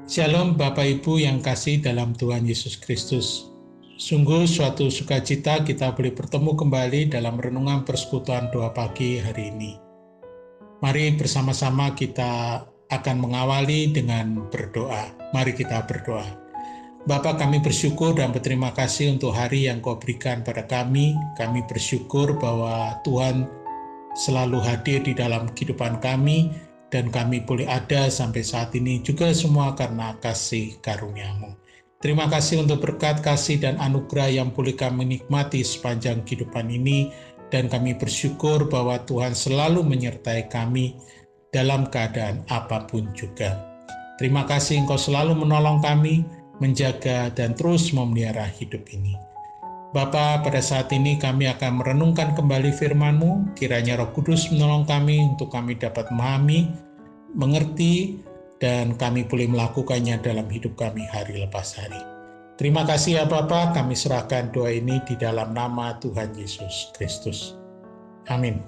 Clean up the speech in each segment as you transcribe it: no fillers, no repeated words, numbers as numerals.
Shalom Bapak Ibu yang kasih dalam Tuhan Yesus Kristus. Sungguh suatu sukacita kita boleh bertemu kembali dalam renungan persekutuan doa pagi hari ini. Mari bersama-sama kita akan mengawali dengan berdoa. Mari kita berdoa. Bapa, kami bersyukur dan berterima kasih untuk hari yang Kau berikan pada kami. Kami bersyukur bahwa Tuhan selalu hadir di dalam kehidupan kami, dan kami boleh ada sampai saat ini juga semua karena kasih karunia-Mu. Terima kasih untuk berkat, kasih, dan anugerah yang boleh kami nikmati sepanjang kehidupan ini, dan kami bersyukur bahwa Tuhan selalu menyertai kami dalam keadaan apapun juga. Terima kasih Engkau selalu menolong kami, menjaga, dan terus memelihara hidup ini. Bapa, pada saat ini kami akan merenungkan kembali firman-Mu. Kiranya Roh Kudus menolong kami untuk kami dapat memahami, mengerti, dan kami boleh melakukannya dalam hidup kami hari lepas hari. Terima kasih ya Bapa, kami serahkan doa ini di dalam nama Tuhan Yesus Kristus. Amin.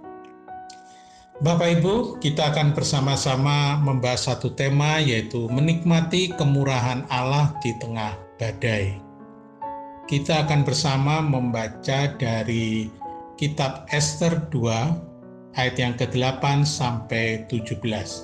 Bapak Ibu, kita akan bersama-sama membahas satu tema, yaitu menikmati kemurahan Allah di tengah badai. Kita akan bersama membaca dari kitab Ester 2 ayat yang ke-8 sampai 17.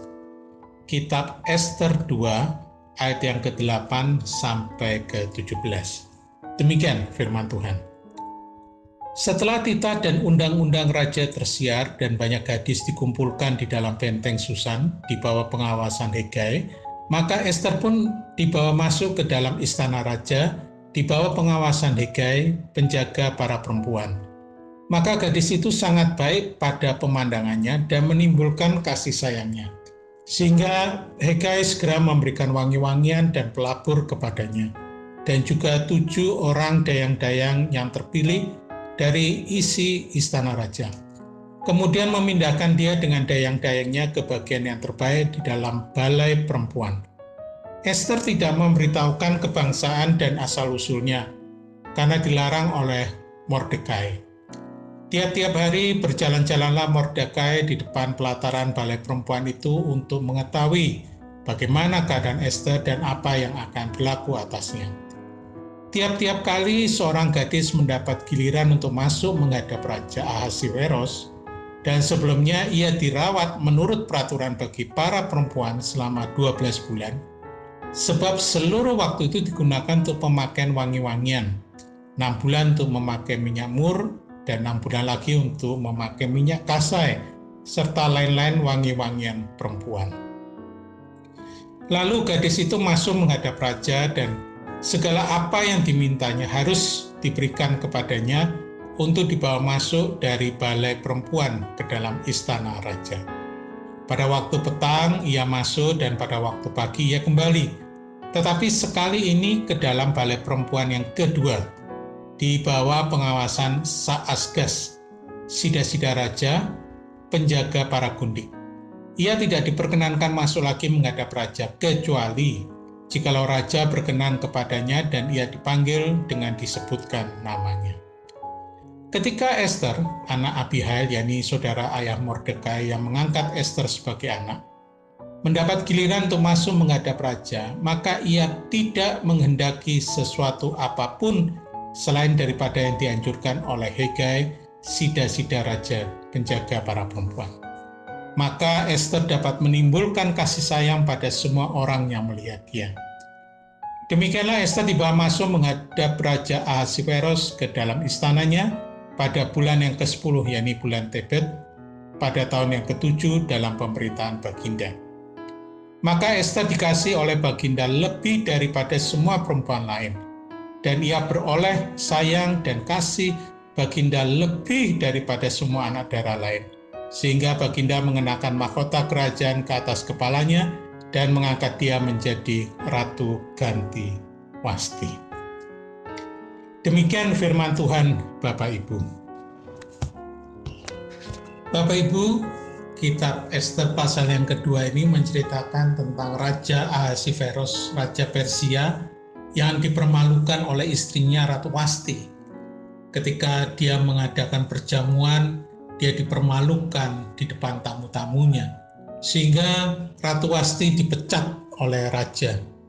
Kitab Ester 2 ayat yang ke-8 sampai ke-17. Demikian firman Tuhan. Setelah titah dan undang-undang raja tersiar dan banyak gadis dikumpulkan di dalam benteng Susan di bawah pengawasan Hegai, maka Ester pun dibawa masuk ke dalam istana raja di bawah pengawasan Hegai, penjaga para perempuan. Maka gadis itu sangat baik pada pemandangannya dan menimbulkan kasih sayangnya. Sehingga Hegai segera memberikan wangi-wangian dan pelabur kepadanya. Dan juga 7 orang dayang-dayang yang terpilih dari isi istana raja. Kemudian memindahkan dia dengan dayang-dayangnya ke bagian yang terbaik di dalam balai perempuan. Ester tidak memberitahukan kebangsaan dan asal-usulnya, karena dilarang oleh Mordekai. Tiap-tiap hari berjalan-jalanlah Mordekai di depan pelataran balai perempuan itu untuk mengetahui bagaimana keadaan Ester dan apa yang akan berlaku atasnya. Tiap-tiap kali seorang gadis mendapat giliran untuk masuk menghadap Raja Ahasiweros, dan sebelumnya ia dirawat menurut peraturan bagi para perempuan selama 12 bulan, sebab seluruh waktu itu digunakan untuk pemakaian wangi-wangian. 6 bulan untuk memakai minyak mur, dan 6 bulan lagi untuk memakai minyak kasai, serta lain-lain wangi-wangian perempuan. Lalu gadis itu masuk menghadap raja, dan segala apa yang dimintanya harus diberikan kepadanya untuk dibawa masuk dari balai perempuan ke dalam istana raja. Pada waktu petang ia masuk dan pada waktu pagi ia kembali. Tetapi sekali ini ke dalam balai perempuan yang kedua, di bawah pengawasan Saasgas, sida-sida raja, penjaga para gundik. Ia tidak diperkenankan masuk lagi menghadap raja, kecuali jikalau raja berkenan kepadanya dan ia dipanggil dengan disebutkan namanya. Ketika Ester, anak Abihail, yakni saudara ayah Mordekai yang mengangkat Ester sebagai anak, mendapat giliran untuk masuk menghadap raja, maka ia tidak menghendaki sesuatu apapun selain daripada yang dianjurkan oleh Hegai, sida-sida raja, penjaga para perempuan. Maka Ester dapat menimbulkan kasih sayang pada semua orang yang melihat dia. Demikianlah Ester dibawa masuk menghadap Raja Ahasiweros ke dalam istananya pada bulan yang ke-10, yakni bulan Tebet, pada tahun yang ke-7 dalam pemerintahan Baginda. Maka Ester dikasih oleh Baginda lebih daripada semua perempuan lain, dan ia beroleh sayang dan kasih Baginda lebih daripada semua anak darah lain, sehingga Baginda mengenakan mahkota kerajaan ke atas kepalanya dan mengangkat dia menjadi Ratu ganti Wasti. Demikian firman Tuhan, Bapak Ibu. Bapak Ibu, kitab Ester pasal yang kedua ini menceritakan tentang Raja Ahasiweros, Raja Persia, yang dipermalukan oleh istrinya Ratu Wasti. Ketika dia mengadakan perjamuan, dia dipermalukan di depan tamu-tamunya, sehingga Ratu Wasti dipecat oleh raja.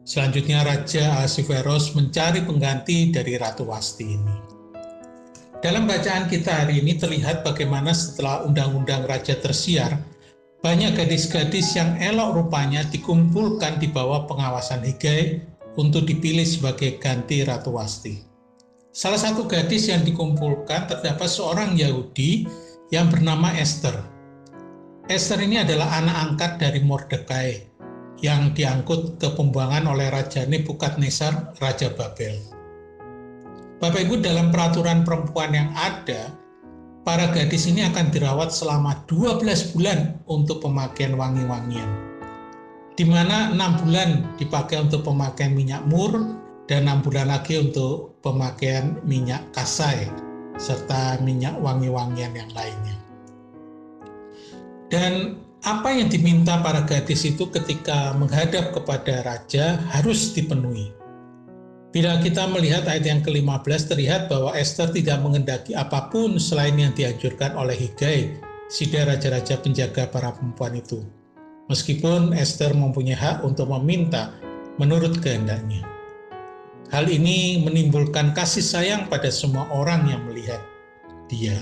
Selanjutnya Raja Ahasveros mencari pengganti dari Ratu Wasti ini. Dalam bacaan kita hari ini terlihat bagaimana setelah undang-undang raja tersiar, banyak gadis-gadis yang elok rupanya dikumpulkan di bawah pengawasan Hegai untuk dipilih sebagai ganti Ratu Wasti. Salah satu gadis yang dikumpulkan terdapat seorang Yahudi yang bernama Esther. Esther ini adalah anak angkat dari Mordekai yang diangkut ke pembuangan oleh Raja Nebukadnezar, Raja Babel. Bapak Ibu, dalam peraturan perempuan yang ada, para gadis ini akan dirawat selama 12 bulan untuk pemakaian wangi-wangian, di mana 6 bulan dipakai untuk pemakaian minyak mur dan 6 bulan lagi untuk pemakaian minyak kasai serta minyak wangi-wangian yang lainnya. Dan apa yang diminta para gadis itu ketika menghadap kepada raja harus dipenuhi. Bila kita melihat ayat yang ke-15, terlihat bahwa Esther tidak mengendaki apapun selain yang dianjurkan oleh Hegai, sida raja-raja penjaga para perempuan itu. Meskipun Esther mempunyai hak untuk meminta menurut kehendaknya. Hal ini menimbulkan kasih sayang pada semua orang yang melihat dia.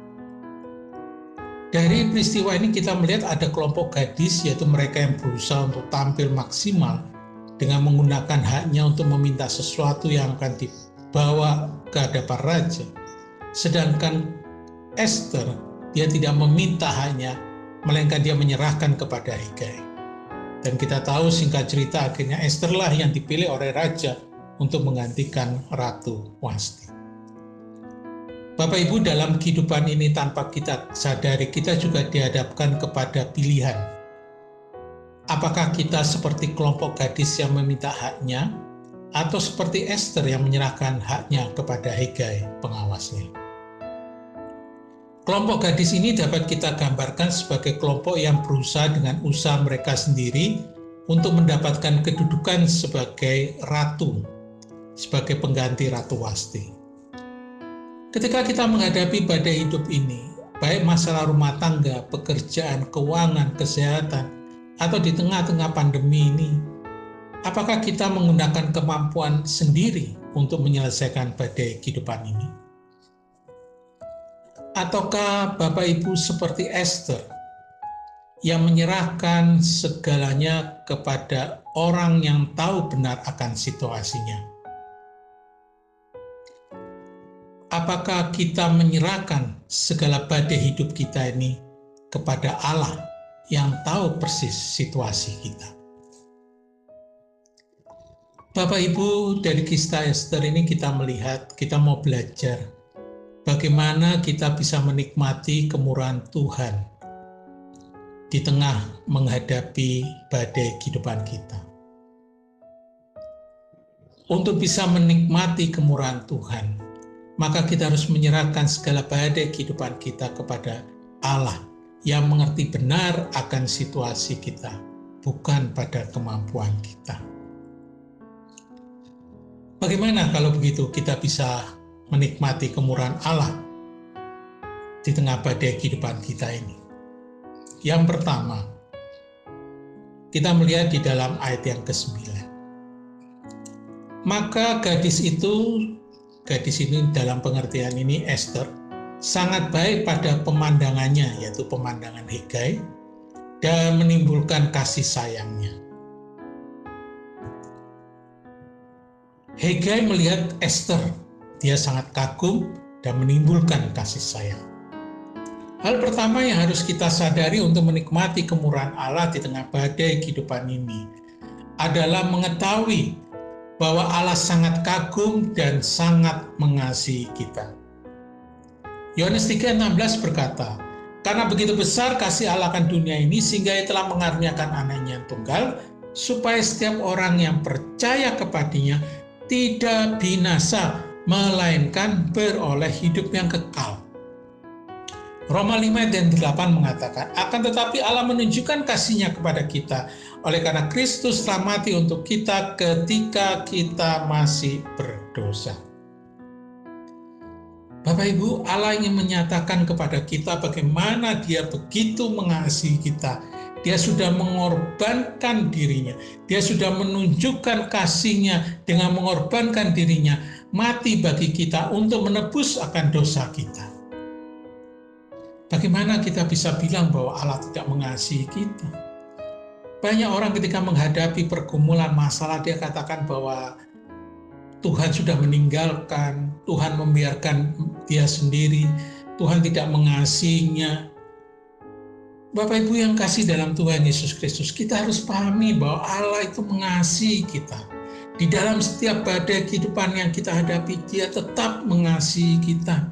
Dari peristiwa ini kita melihat ada kelompok gadis, yaitu mereka yang berusaha untuk tampil maksimal dengan menggunakan haknya untuk meminta sesuatu yang akan dibawa ke hadapan raja. Sedangkan Esther, dia tidak meminta haknya, melainkan dia menyerahkan kepada Hegai. Dan kita tahu singkat cerita akhirnya Esther lah yang dipilih oleh raja untuk menggantikan Ratu Wasti. Bapak Ibu, dalam kehidupan ini tanpa kita sadari, kita juga dihadapkan kepada pilihan. Apakah kita seperti kelompok gadis yang meminta haknya, atau seperti Esther yang menyerahkan haknya kepada Hegai, pengawasnya? Kelompok gadis ini dapat kita gambarkan sebagai kelompok yang berusaha dengan usaha mereka sendiri untuk mendapatkan kedudukan sebagai ratu, sebagai pengganti Ratu Wasti. Ketika kita menghadapi badai hidup ini, baik masalah rumah tangga, pekerjaan, keuangan, kesehatan, atau di tengah-tengah pandemi ini, apakah kita menggunakan kemampuan sendiri untuk menyelesaikan badai kehidupan ini? Ataukah Bapak Ibu seperti Esther yang menyerahkan segalanya kepada orang yang tahu benar akan situasinya? Apakah kita menyerahkan segala badai hidup kita ini kepada Allah yang tahu persis situasi kita? Bapak Ibu, dari kisah Esther ini kita melihat, kita mau belajar bagaimana kita bisa menikmati kemurahan Tuhan di tengah menghadapi badai kehidupan kita. Untuk bisa menikmati kemurahan Tuhan, maka kita harus menyerahkan segala badai kehidupan kita kepada Allah yang mengerti benar akan situasi kita, bukan pada kemampuan kita. Bagaimana kalau begitu kita bisa menikmati kemurahan Allah di tengah badai kehidupan kita ini? Yang pertama, kita melihat di dalam ayat yang ke-9. Maka gadis ini dalam pengertian ini Esther, sangat baik pada pemandangannya, yaitu pemandangan Hegai, dan menimbulkan kasih sayangnya. Hegai melihat Esther, dia sangat kagum dan menimbulkan kasih sayang. Hal pertama yang harus kita sadari untuk menikmati kemurahan Allah di tengah badai kehidupan ini adalah mengetahui bahwa Allah sangat kagum dan sangat mengasihi kita. Yohanes 3:16 berkata, "Karena begitu besar kasih Allah akan dunia ini, sehingga Ia telah mengaruniakan anaknya yang tunggal, supaya setiap orang yang percaya kepadanya tidak binasa, melainkan beroleh hidup yang kekal." Roma 5:8 mengatakan, "Akan tetapi Allah menunjukkan kasih-Nya kepada kita, oleh karena Kristus telah mati untuk kita ketika kita masih berdosa." Bapak Ibu, Allah ingin menyatakan kepada kita bagaimana Dia begitu mengasihi kita. Dia sudah mengorbankan dirinya. Dia sudah menunjukkan kasih-Nya dengan mengorbankan dirinya, mati bagi kita untuk menebus akan dosa kita. Bagaimana kita bisa bilang bahwa Allah tidak mengasihi kita? Banyak orang ketika menghadapi pergumulan masalah, dia katakan bahwa Tuhan sudah meninggalkan, Tuhan membiarkan dia sendiri, Tuhan tidak mengasihinya. Bapak Ibu yang kasih dalam Tuhan Yesus Kristus, kita harus pahami bahwa Allah itu mengasihi kita. Di dalam setiap badai kehidupan yang kita hadapi, Dia tetap mengasihi kita.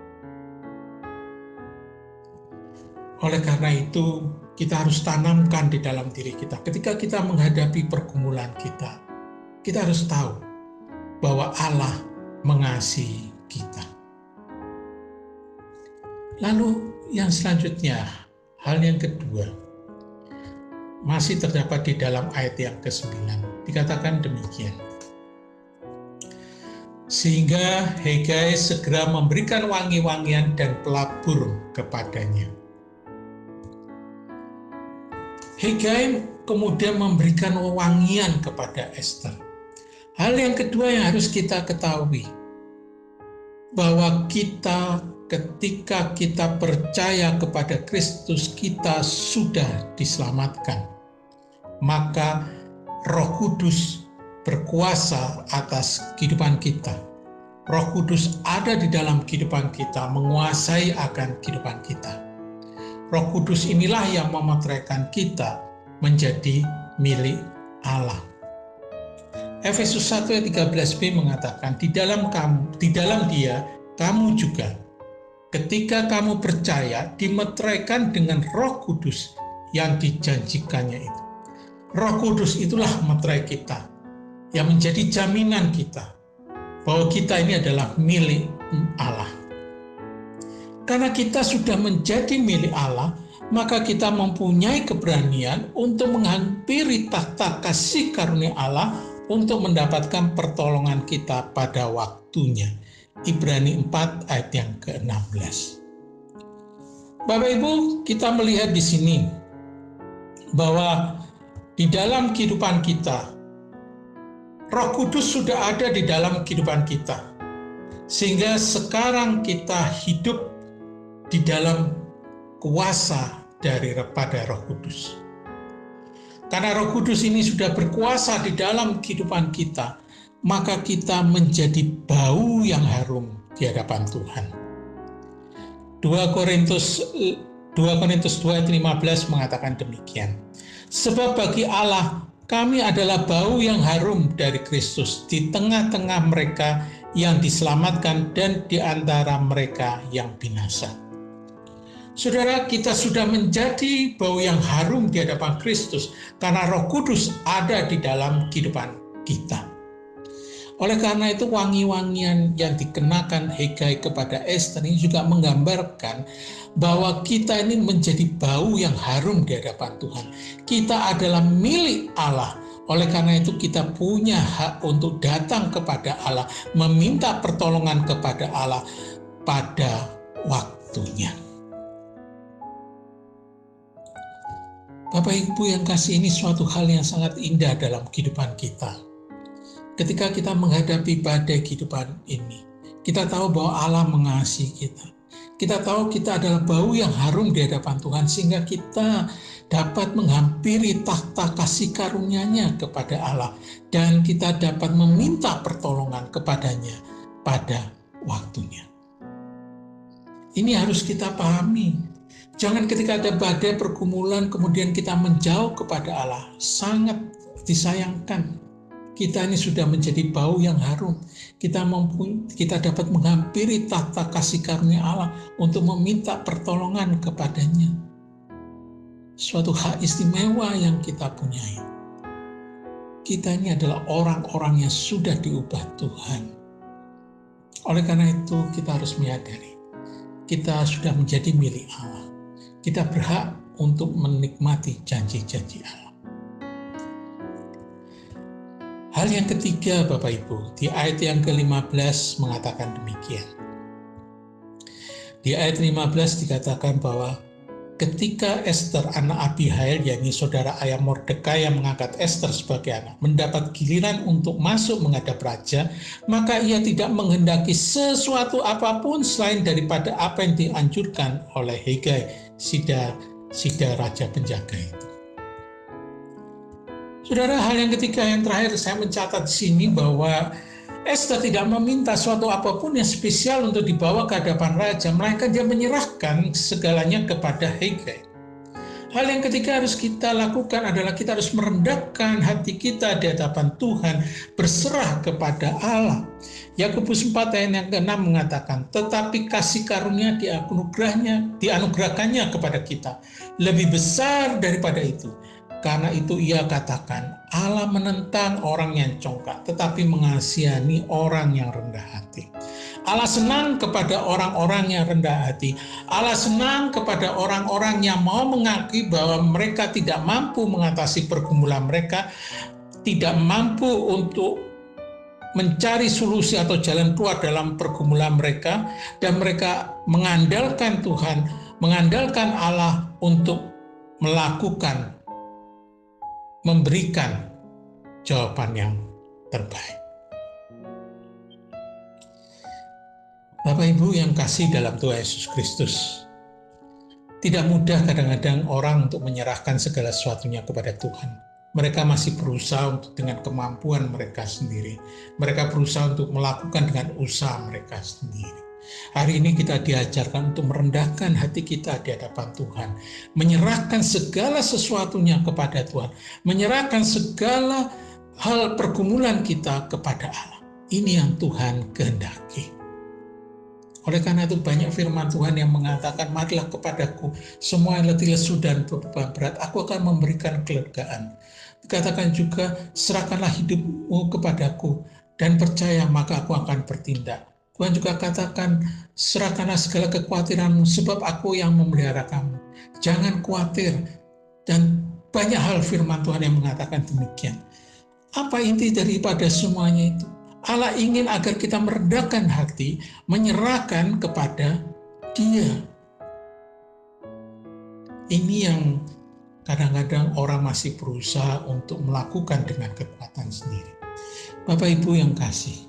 Oleh karena itu, kita harus tanamkan di dalam diri kita. Ketika kita menghadapi pergumulan kita harus tahu bahwa Allah mengasihi kita. Lalu yang selanjutnya, hal yang kedua, masih terdapat di dalam ayat yang ke-9. Dikatakan demikian. Sehingga Hegai segera memberikan wangi-wangian dan pelabur kepadanya. Hegai kemudian memberikan wewangian kepada Ester. Hal yang kedua yang harus kita ketahui, bahwa kita ketika kita percaya kepada Kristus, kita sudah diselamatkan. Maka Roh Kudus berkuasa atas kehidupan kita. Roh Kudus ada di dalam kehidupan kita, menguasai akan kehidupan kita. Roh Kudus inilah yang memeteraikan kita menjadi milik Allah. Efesus 1 ayat 13b mengatakan, di dalam Dia kamu juga, ketika kamu percaya, dimeteraikan dengan Roh Kudus yang dijanjikannya itu. Roh Kudus itulah meterai kita, yang menjadi jaminan kita bahwa kita ini adalah milik Allah. Karena kita sudah menjadi milik Allah, maka kita mempunyai keberanian untuk menghampiri takhta kasih karunia Allah untuk mendapatkan pertolongan kita pada waktunya. Ibrani 4 ayat yang ke-16. Bapak Ibu, kita melihat di sini bahwa di dalam kehidupan kita, Roh Kudus sudah ada di dalam kehidupan kita. Sehingga sekarang kita hidup di dalam kuasa daripada Roh Kudus. Karena Roh Kudus ini sudah berkuasa di dalam kehidupan kita, maka kita menjadi bau yang harum di hadapan Tuhan. 2 Korintus 2 ayat 15 mengatakan demikian. Sebab bagi Allah kami adalah bau yang harum dari Kristus di tengah-tengah mereka yang diselamatkan dan di antara mereka yang binasa. Saudara, kita sudah menjadi bau yang harum di hadapan Kristus karena Roh Kudus ada di dalam kehidupan kita. Oleh karena itu, wangi-wangian yang dikenakan Hegai kepada Ester ini juga menggambarkan bahwa kita ini menjadi bau yang harum di hadapan Tuhan. Kita adalah milik Allah. Oleh karena itu, kita punya hak untuk datang kepada Allah, meminta pertolongan kepada Allah pada waktunya. Bapak Ibu yang kasih, ini suatu hal yang sangat indah dalam kehidupan kita. Ketika kita menghadapi badai kehidupan ini, kita tahu bahwa Allah mengasihi kita. Kita tahu kita adalah bau yang harum di hadapan Tuhan, sehingga kita dapat menghampiri takhta kasih karunia-Nya kepada Allah, dan kita dapat meminta pertolongan kepadanya pada waktunya. Ini harus kita pahami. Jangan ketika ada badai pergumulan kemudian kita menjauh kepada Allah. Sangat disayangkan. Kita ini sudah menjadi bau yang harum. Kita dapat menghampiri takhta kasih karunia Allah untuk meminta pertolongan kepadanya. Suatu hak istimewa yang kita punyai. Kita ini adalah orang-orang yang sudah diubah Tuhan. Oleh karena itu kita harus menyadari, kita sudah menjadi milik Allah. Kita berhak untuk menikmati janji-janji Allah. Hal yang ketiga, Bapak Ibu, di ayat yang ke-15 mengatakan demikian. Di ayat 15 dikatakan bahwa ketika Ester, anak Abihail, yakni saudara ayah Mordekai yang mengangkat Ester sebagai anak, mendapat giliran untuk masuk menghadap raja, maka ia tidak menghendaki sesuatu apapun selain daripada apa yang dianjurkan oleh Hegai, sida raja penjaga itu. Saudara, hal yang ketiga yang terakhir saya mencatat di sini bahwa Ester tidak meminta suatu apapun yang spesial untuk dibawa ke hadapan raja, melainkan dia menyerahkan segalanya kepada Hegai. Hal yang ketiga harus kita lakukan adalah kita harus merendahkan hati kita di hadapan Tuhan, berserah kepada Allah. Yakobus 4 ayat yang ke-6 mengatakan, tetapi kasih karunia dianugerahkannya kepada kita lebih besar daripada itu. Karena itu ia katakan, Allah menentang orang yang congkak, tetapi mengasihani orang yang rendah hati. Allah senang kepada orang-orang yang rendah hati. Allah senang kepada orang-orang yang mau mengakui bahwa mereka tidak mampu mengatasi pergumulan mereka, tidak mampu untuk mencari solusi atau jalan keluar dalam pergumulan mereka, dan mereka mengandalkan Tuhan, mengandalkan Allah untuk memberikan jawaban yang terbaik. Bapak Ibu yang kasih dalam Tuhan Yesus Kristus, tidak mudah kadang-kadang orang untuk menyerahkan segala sesuatunya kepada Tuhan. Mereka masih berusaha untuk dengan kemampuan mereka sendiri. Mereka berusaha untuk melakukan dengan usaha mereka sendiri. Hari ini kita diajarkan untuk merendahkan hati kita di hadapan Tuhan, menyerahkan segala sesuatunya kepada Tuhan, menyerahkan segala hal pergumulan kita kepada Allah. Ini yang Tuhan kehendaki. Oleh karena itu banyak firman Tuhan yang mengatakan, marilah kepadaku semua yang letih lesu dan beban berat, aku akan memberikan kelegaan. Dikatakan juga, serahkanlah hidupmu kepadaku dan percaya maka aku akan bertindak. Tuhan juga katakan, serahkanlah segala kekhawatiranmu sebab aku yang memelihara kamu. Jangan khawatir. Dan banyak hal firman Tuhan yang mengatakan demikian. Apa inti daripada semuanya itu? Allah ingin agar kita merendahkan hati, menyerahkan kepada Dia. Ini yang kadang-kadang orang masih berusaha untuk melakukan dengan kekuatan sendiri. Bapak Ibu yang kasih,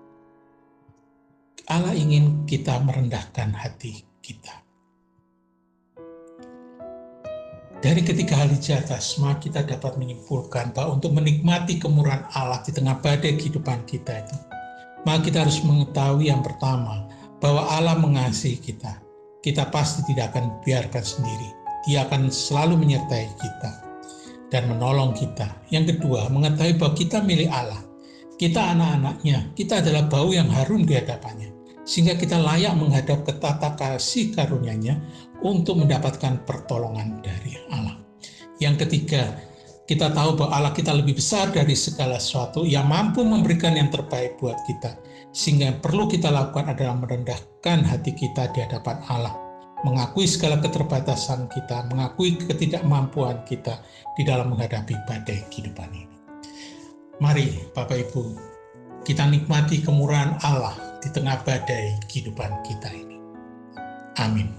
Allah ingin kita merendahkan hati kita. Dari ketiga hal di atas, maka kita dapat menyimpulkan bahwa untuk menikmati kemurahan Allah di tengah badai kehidupan kita itu, maka kita harus mengetahui yang pertama, bahwa Allah mengasihi kita. Kita pasti tidak akan biarkan sendiri. Dia akan selalu menyertai kita dan menolong kita. Yang kedua, mengetahui bahwa kita milik Allah. Kita anak-anaknya, kita adalah bau yang harum di hadapannya, sehingga kita layak menghadap ke tata kasih karunia-Nya untuk mendapatkan pertolongan dari Allah. Yang ketiga, kita tahu bahwa Allah kita lebih besar dari segala sesuatu yang mampu memberikan yang terbaik buat kita. Sehingga yang perlu kita lakukan adalah merendahkan hati kita di hadapan Allah, mengakui segala keterbatasan kita, mengakui ketidakmampuan kita di dalam menghadapi badai kehidupan ini. Mari Bapak Ibu, kita nikmati kemurahan Allah di tengah badai kehidupan kita ini. Amin.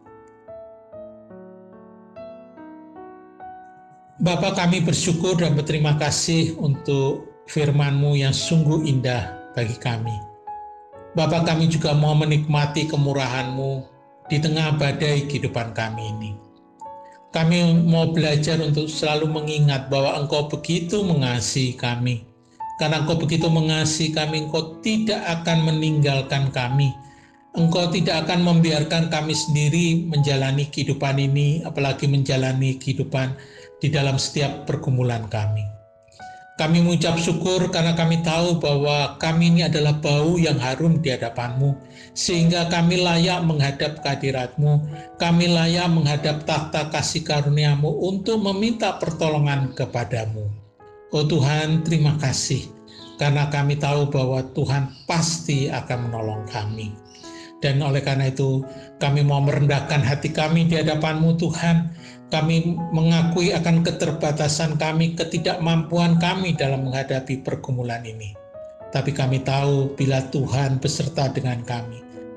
Bapa, kami bersyukur dan berterima kasih untuk firman-Mu yang sungguh indah bagi kami. Bapa, kami juga mau menikmati kemurahan-Mu di tengah badai kehidupan kami ini. Kami mau belajar untuk selalu mengingat bahwa Engkau begitu mengasihi kami. Karena Engkau begitu mengasihi kami, Engkau tidak akan meninggalkan kami. Engkau tidak akan membiarkan kami sendiri menjalani kehidupan ini, apalagi menjalani kehidupan di dalam setiap pergumulan kami. Kami mengucap syukur karena kami tahu bahwa kami ini adalah bau yang harum di hadapan-Mu, sehingga kami layak menghadap kehadirat-Mu, kami layak menghadap tahta kasih karunia-Mu untuk meminta pertolongan kepada-Mu. Oh Tuhan, terima kasih, karena kami tahu bahwa Tuhan pasti akan menolong kami. Dan oleh karena itu, kami mau merendahkan hati kami di hadapan-Mu Tuhan. Kami mengakui akan keterbatasan kami, ketidakmampuan kami dalam menghadapi pergumulan ini. Tapi kami tahu bila Tuhan beserta dengan kami,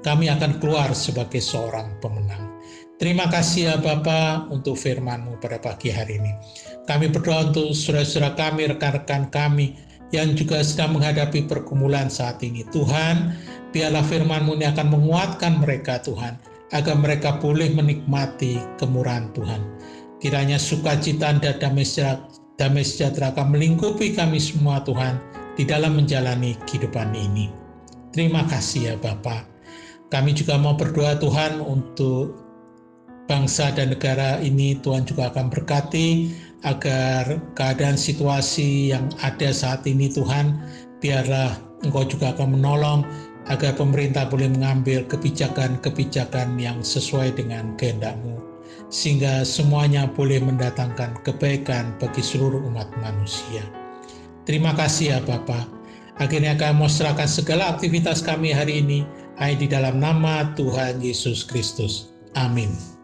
kami akan keluar sebagai seorang pemenang. Terima kasih ya Bapa untuk firman-Mu pada pagi hari ini. Kami berdoa untuk saudara-saudara kami, rekan-rekan kami yang juga sedang menghadapi pergumulan saat ini. Tuhan, biarlah firman-Mu ini akan menguatkan mereka Tuhan, agar mereka boleh menikmati kemurahan Tuhan. Kiranya sukacita dan damai sejahtera akan melingkupi kami semua Tuhan, di dalam menjalani kehidupan ini. Terima kasih ya Bapa. Kami juga mau berdoa Tuhan untuk bangsa dan negara ini, Tuhan juga akan berkati agar keadaan situasi yang ada saat ini Tuhan, biarlah Engkau juga akan menolong agar pemerintah boleh mengambil kebijakan-kebijakan yang sesuai dengan kehendak-Mu, sehingga semuanya boleh mendatangkan kebaikan bagi seluruh umat manusia. Terima kasih ya Bapa. Akhirnya kami mau serahkan segala aktivitas kami hari ini hanya di dalam nama Tuhan Yesus Kristus. Amin.